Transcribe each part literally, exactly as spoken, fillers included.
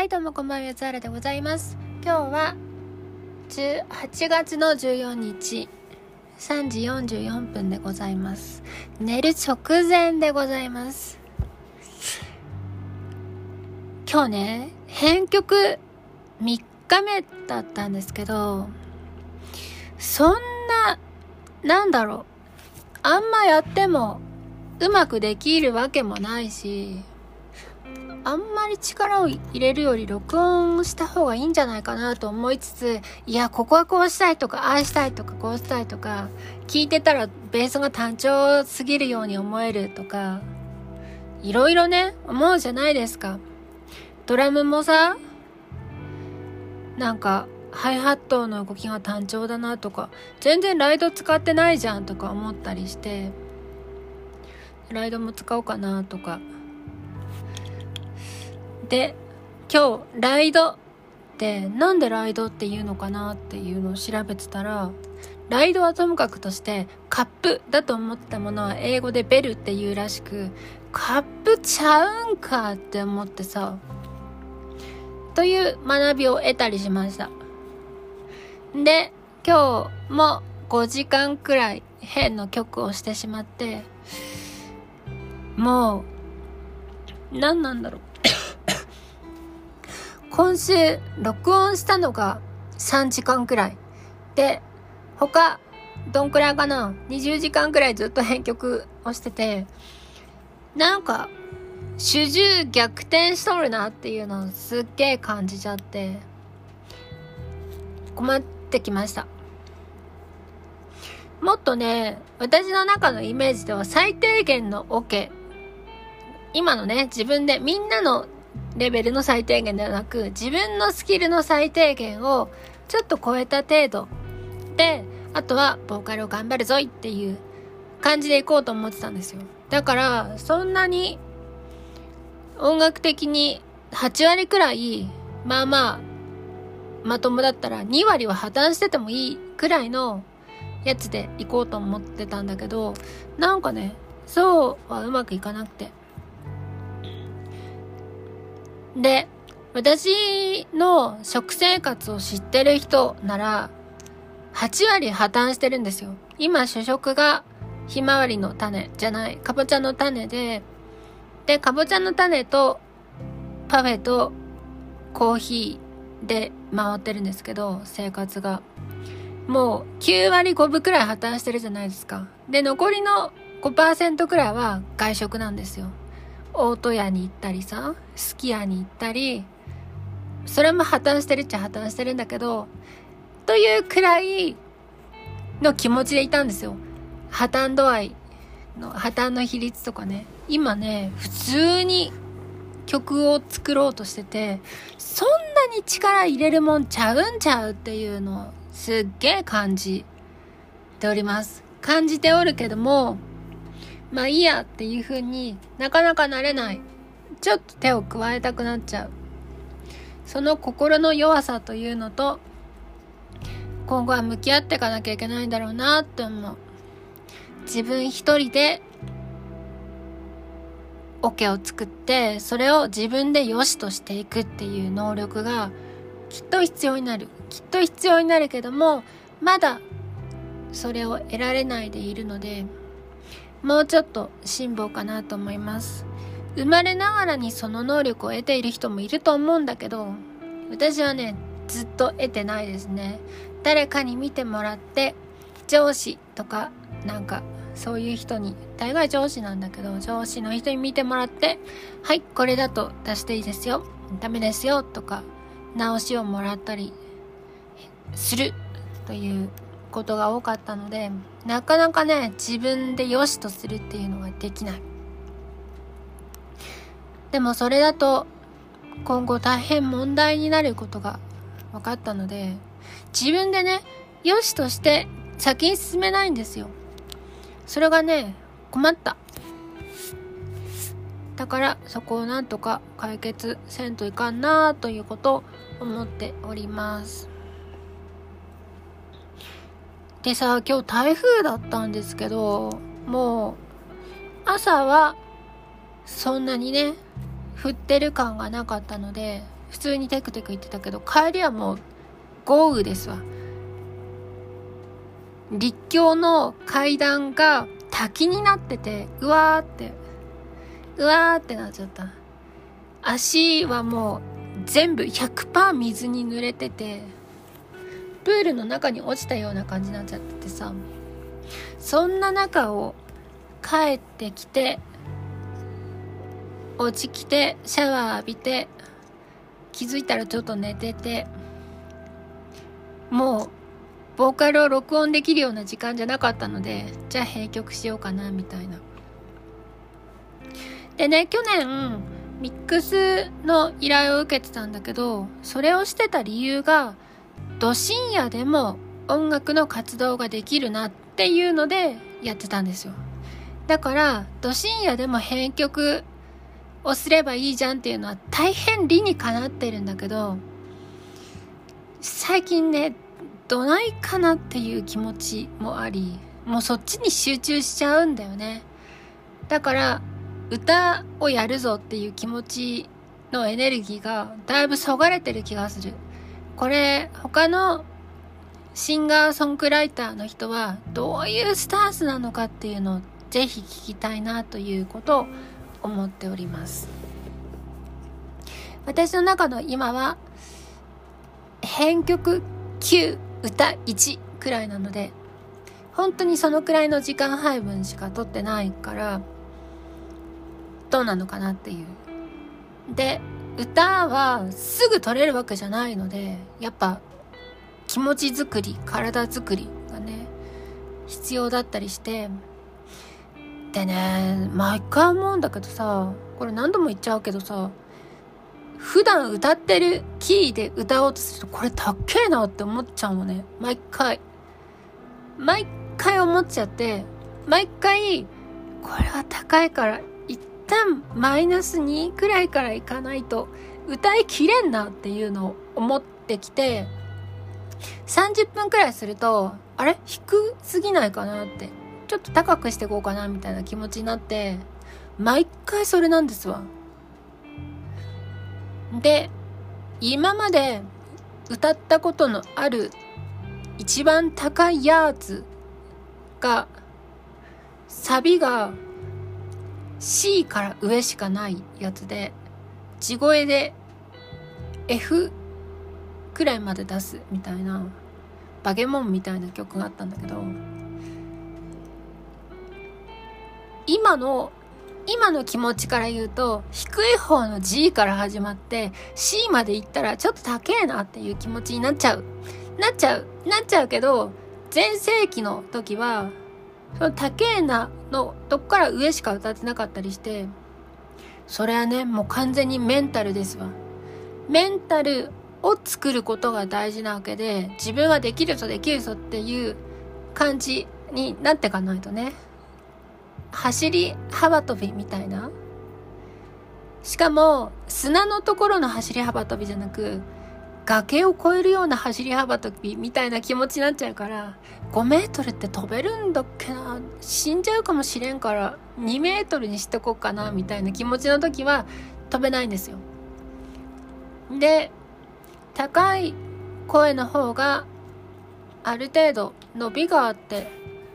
はいどうもこんばんは、つあらでございます。今日ははちがつのじゅうよっかさんじよんじゅうよんぷんでございます。寝る直前でございます。今日ね、編曲みっかめだったんですけど、そんななんだろうあんまやってもうまくできるわけもないし、あんまり力を入れるより録音した方がいいんじゃないかなと思いつつ、いやここはこうしたいとか、ああしたいとか、こうしたいとか、聞いてたらベースが単調すぎるように思えるとか、いろいろね思うじゃないですか。ドラムもさ、なんかハイハットの動きが単調だなとか、全然ライド使ってないじゃんとか思ったりして、ライドも使おうかなとかで、今日ライドってなんでライドっていうのかなっていうのを調べてたら、ライドはともかくとしてカップだと思ってたものは英語でベルっていうらしく、カップちゃうんかって思ってさ、という学びを得たりしました。で、今日もごじかんくらい変の曲をしてしまって、もう何なんだろう今週録音したのがさんじかんくらいで、他どんくらいかな、にじゅうじかんくらいずっと編曲をしてて、なんか主従逆転しとるなっていうのをすっげー感じちゃって困ってきました。もっとね、私の中のイメージでは最低限のオケ、今のね自分でみんなのレベルの最低限ではなく、自分のスキルの最低限をちょっと超えた程度で、あとはボーカルを頑張るぞいっていう感じでいこうと思ってたんですよ。だからそんなに音楽的にはちわりくらいまあまあまともだったらにわりは破綻しててもいいくらいのやつでいこうと思ってたんだけど、なんかねそうはうまくいかなくて、で、私の食生活を知ってる人ならはちわり破綻してるんですよ。今主食がひまわりの種じゃない、かぼちゃの種で、でかぼちゃの種とパフェとコーヒーで回ってるんですけど、生活がもうきゅうわりごぶくらい破綻してるじゃないですか。で残りの ごパーセント くらいは外食なんですよ。大戸屋に行ったりさ、すき家に行ったり、それも破綻してるっちゃ破綻してるんだけど、というくらいの気持ちでいたんですよ。破綻度合いの破綻の比率とかね、今ね普通に曲を作ろうとしてて、そんなに力入れるもんちゃうんちゃうっていうのをすっげえ感じております。感じておるけども、まあいいやっていう風になかなかなれない。ちょっと手を加えたくなっちゃう。その心の弱さというのと今後は向き合っていかなきゃいけないんだろうなって思う。自分一人でオケを作って、それを自分で良しとしていくっていう能力がきっと必要になる。きっと必要になるけども、まだそれを得られないでいるので、もうちょっと辛抱かなと思います。生まれながらにその能力を得ている人もいると思うんだけど、私はねずっと得てないですね。誰かに見てもらって、上司とかなんかそういう人に、大概上司なんだけど、上司の人に見てもらって、はいこれだと出していいですよ、ダメですよとか直しをもらったりするということが多かったので、なかなかね自分で良しとするっていうのができない。でもそれだと今後大変問題になることが分かったので、自分でね良しとして先に進めないんですよ。それがね困った。だからそこをなんとか解決せんといかんなということを思っております。でさ、今日台風だったんですけど、もう朝はそんなにね降ってる感がなかったので、 普通にテクテク行ってたけど、帰りはもう豪雨ですわ。立教の階段が滝になってて、うわーってうわーってなっちゃった。足はもう全部 ひゃくパーセント 水に濡れてて、プールの中に落ちたような感じになっちゃっててさ、そんな中を帰ってきて、お家来てシャワー浴びて、気づいたらちょっと寝てて、もうボーカルを録音できるような時間じゃなかったので、じゃあ閉曲しようかなみたいな。でね、去年ミックスの依頼を受けてたんだけど、それをしてた理由が、ど深夜でも音楽の活動ができるなっていうのでやってたんですよ。だからど深夜でも編曲をすればいいじゃんっていうのは大変理にかなってるんだけど、最近ね、どないかなっていう気持ちもあり、もうそっちに集中しちゃうんだよね。だから歌をやるぞっていう気持ちのエネルギーがだいぶそがれてる気がする。これ他のシンガーソングライターの人はどういうスタンスなのかっていうのをぜひ聞きたいなということを思っております。私の中の今は編曲きゅう、歌いちくらいなので、本当にそのくらいの時間配分しか取ってないから、どうなのかなっていう。で、歌はすぐ取れるわけじゃないので、やっぱ気持ち作り、体作りがね必要だったりして、でね、毎回思うんだけどさ、これ何度も言っちゃうけどさ、普段歌ってるキーで歌おうとすると、これたっけえなって思っちゃうのね。毎回毎回思っちゃって、毎回これは高いから一旦マイナスにくらいからいかないと歌いきれんなっていうのを思ってきて、さんじゅっぷんくらいすると、あれ低すぎないかなって、ちょっと高くしていこうかなみたいな気持ちになって、毎回それなんですわ。で、今まで歌ったことのある一番高いやつが、サビが C から上しかないやつで、地声で F くらいまで出すみたいな、バゲモンみたいな曲があったんだけど、今の今の気持ちから言うと、低い方の G から始まって C まで行ったらちょっと高えなっていう気持ちになっちゃうなっちゃうなっちゃうけど、全盛期の時はその高えなのどっから上しか歌ってなかったりして、それはね、もう完全にメンタルですわ。メンタルを作ることが大事なわけで、自分はできるぞできるぞっていう感じになっていかないとね。走り幅跳びみたいな、しかも砂のところの走り幅跳びじゃなく、崖を越えるような走り幅跳びみたいな気持ちになっちゃうから、ごメートルって飛べるんだっけな、死んじゃうかもしれんからにメートルにしとこうかなみたいな気持ちの時は飛べないんですよ。で、高い声の方がある程度伸びがあって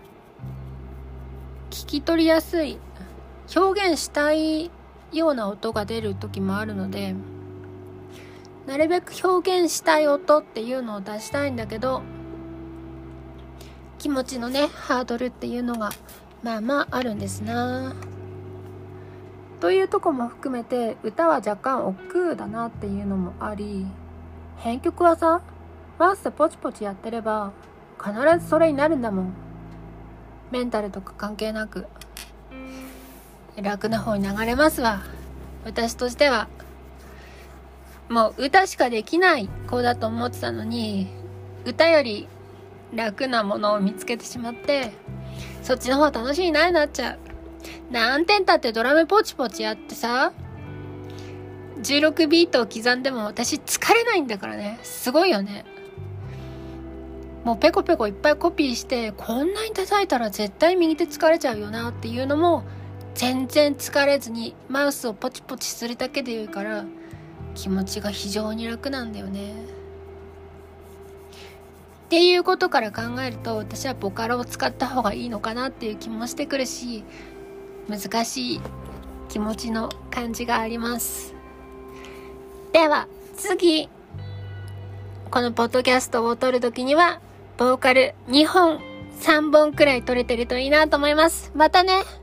聞き取りやすい、表現したいような音が出る時もあるので、なるべく表現したい音っていうのを出したいんだけど、気持ちのねハードルっていうのがまあまああるんですなというとこも含めて、歌は若干億劫だなっていうのもあり、編曲はさ、マウスでポチポチやってれば必ずそれになるんだもん。メンタルとか関係なく楽な方に流れますわ。私としてはもう歌しかできない子だと思ってたのに、歌より楽なものを見つけてしまって、そっちの方楽しいなになっちゃう。何点たってドラムポチポチやってさ、じゅうろくビートを刻んでも私疲れないんだからね。すごいよね。もうペコペコいっぱいコピーして、こんなに叩いたら絶対右手疲れちゃうよなっていうのも全然疲れずに、マウスをポチポチするだけでいいから、 気持ちが非常に楽なんだよね。っていうことから考えると、私はボカロを使った方がいいのかなっていう気もしてくるし、難しい気持ちの感じがあります。では次、このポッドキャストを撮るときにはボーカルにほんさんぼんくらい撮れてるといいなと思います。またね。